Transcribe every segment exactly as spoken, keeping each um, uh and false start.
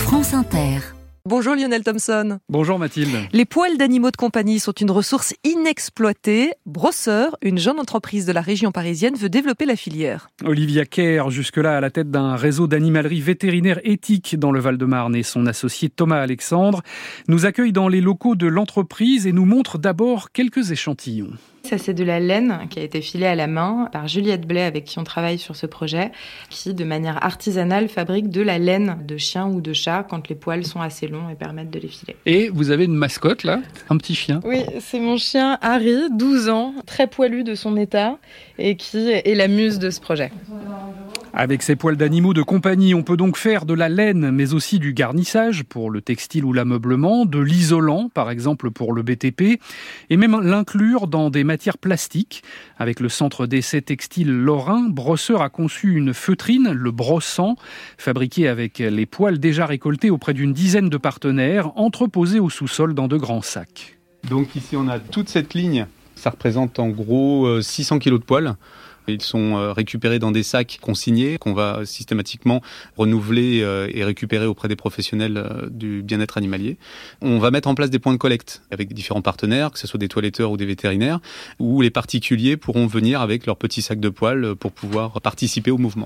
France Inter. Bonjour Lionel Thompson. Bonjour Mathilde. Les poils d'animaux de compagnie sont une ressource inexploitée. Brosseur, une jeune entreprise de la région parisienne, veut développer la filière. Olivia Kerr, jusque-là à la tête d'un réseau d'animalerie vétérinaire éthique dans le Val-de-Marne, et son associé Thomas Alexandre nous accueillent dans les locaux de l'entreprise et nous montrent d'abord quelques échantillons. Ça, c'est de la laine qui a été filée à la main par Juliette Blais, avec qui on travaille sur ce projet, qui, de manière artisanale, fabrique de la laine de chien ou de chat quand les poils sont assez longs et permettent de les filer. Et vous avez une mascotte, là, un petit chien. Oui, c'est mon chien Harry, douze ans, très poilu de son état, et qui est la muse de ce projet. Avec ces poils d'animaux de compagnie, on peut donc faire de la laine, mais aussi du garnissage pour le textile ou l'ameublement, de l'isolant, par exemple pour le B T P, et même l'inclure dans des matières plastiques. Avec le centre d'essai textile lorrain, Brosseur a conçu une feutrine, le brossant, fabriquée avec les poils déjà récoltés auprès d'une dizaine de partenaires, entreposés au sous-sol dans de grands sacs. Donc ici on a toute cette ligne, ça représente en gros six cents kilos de poils. Ils sont récupérés dans des sacs consignés qu'on va systématiquement renouveler et récupérer auprès des professionnels du bien-être animalier. On va mettre en place des points de collecte avec différents partenaires, que ce soit des toiletteurs ou des vétérinaires, où les particuliers pourront venir avec leurs petits sacs de poils pour pouvoir participer au mouvement.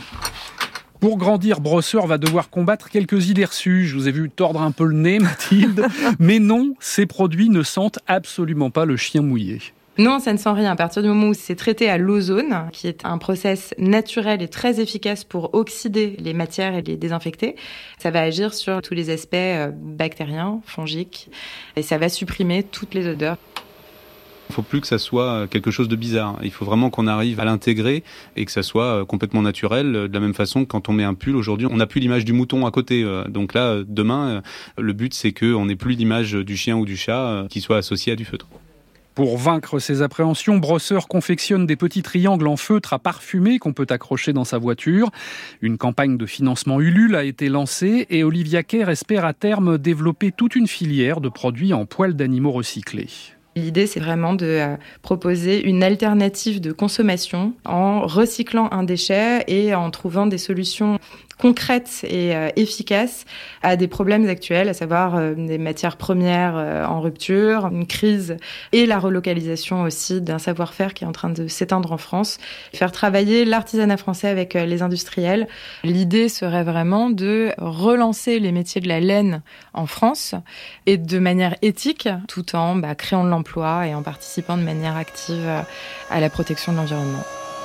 Pour grandir, Brosseur va devoir combattre quelques idées reçues. Je vous ai vu tordre un peu le nez, Mathilde. Mais non, ces produits ne sentent absolument pas le chien mouillé. Non, ça ne sent rien. À partir du moment où c'est traité à l'ozone, qui est un process naturel et très efficace pour oxyder les matières et les désinfecter, ça va agir sur tous les aspects bactériens, fongiques, et ça va supprimer toutes les odeurs. Il ne faut plus que ça soit quelque chose de bizarre. Il faut vraiment qu'on arrive à l'intégrer et que ça soit complètement naturel. De la même façon que quand on met un pull, aujourd'hui, on n'a plus l'image du mouton à côté. Donc là, demain, le but, c'est qu'on n'ait plus l'image du chien ou du chat qui soit associée à du feutre. Pour vaincre ces appréhensions, Brosseur confectionne des petits triangles en feutre à parfumer qu'on peut accrocher dans sa voiture. Une campagne de financement Ulule a été lancée et Olivia Kerr espère à terme développer toute une filière de produits en poils d'animaux recyclés. L'idée, c'est vraiment de proposer une alternative de consommation en recyclant un déchet et en trouvant des solutions concrètes et euh, efficaces à des problèmes actuels, à savoir euh, des matières premières euh, en rupture, une crise et la relocalisation aussi d'un savoir-faire qui est en train de s'éteindre en France. Faire travailler l'artisanat français avec euh, les industriels. L'idée serait vraiment de relancer les métiers de la laine en France et de manière éthique, tout en bah, créant de l'emploi et en participant de manière active euh, à la protection de l'environnement.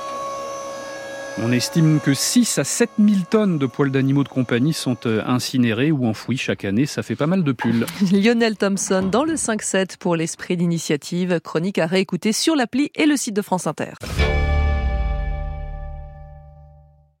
On estime que six à sept mille tonnes de poils d'animaux de compagnie sont incinérés ou enfouis chaque année. Ça fait pas mal de pulls. Lionel Thompson dans le cinq sept pour l'esprit d'initiative. Chronique à réécouter sur l'appli et le site de France Inter.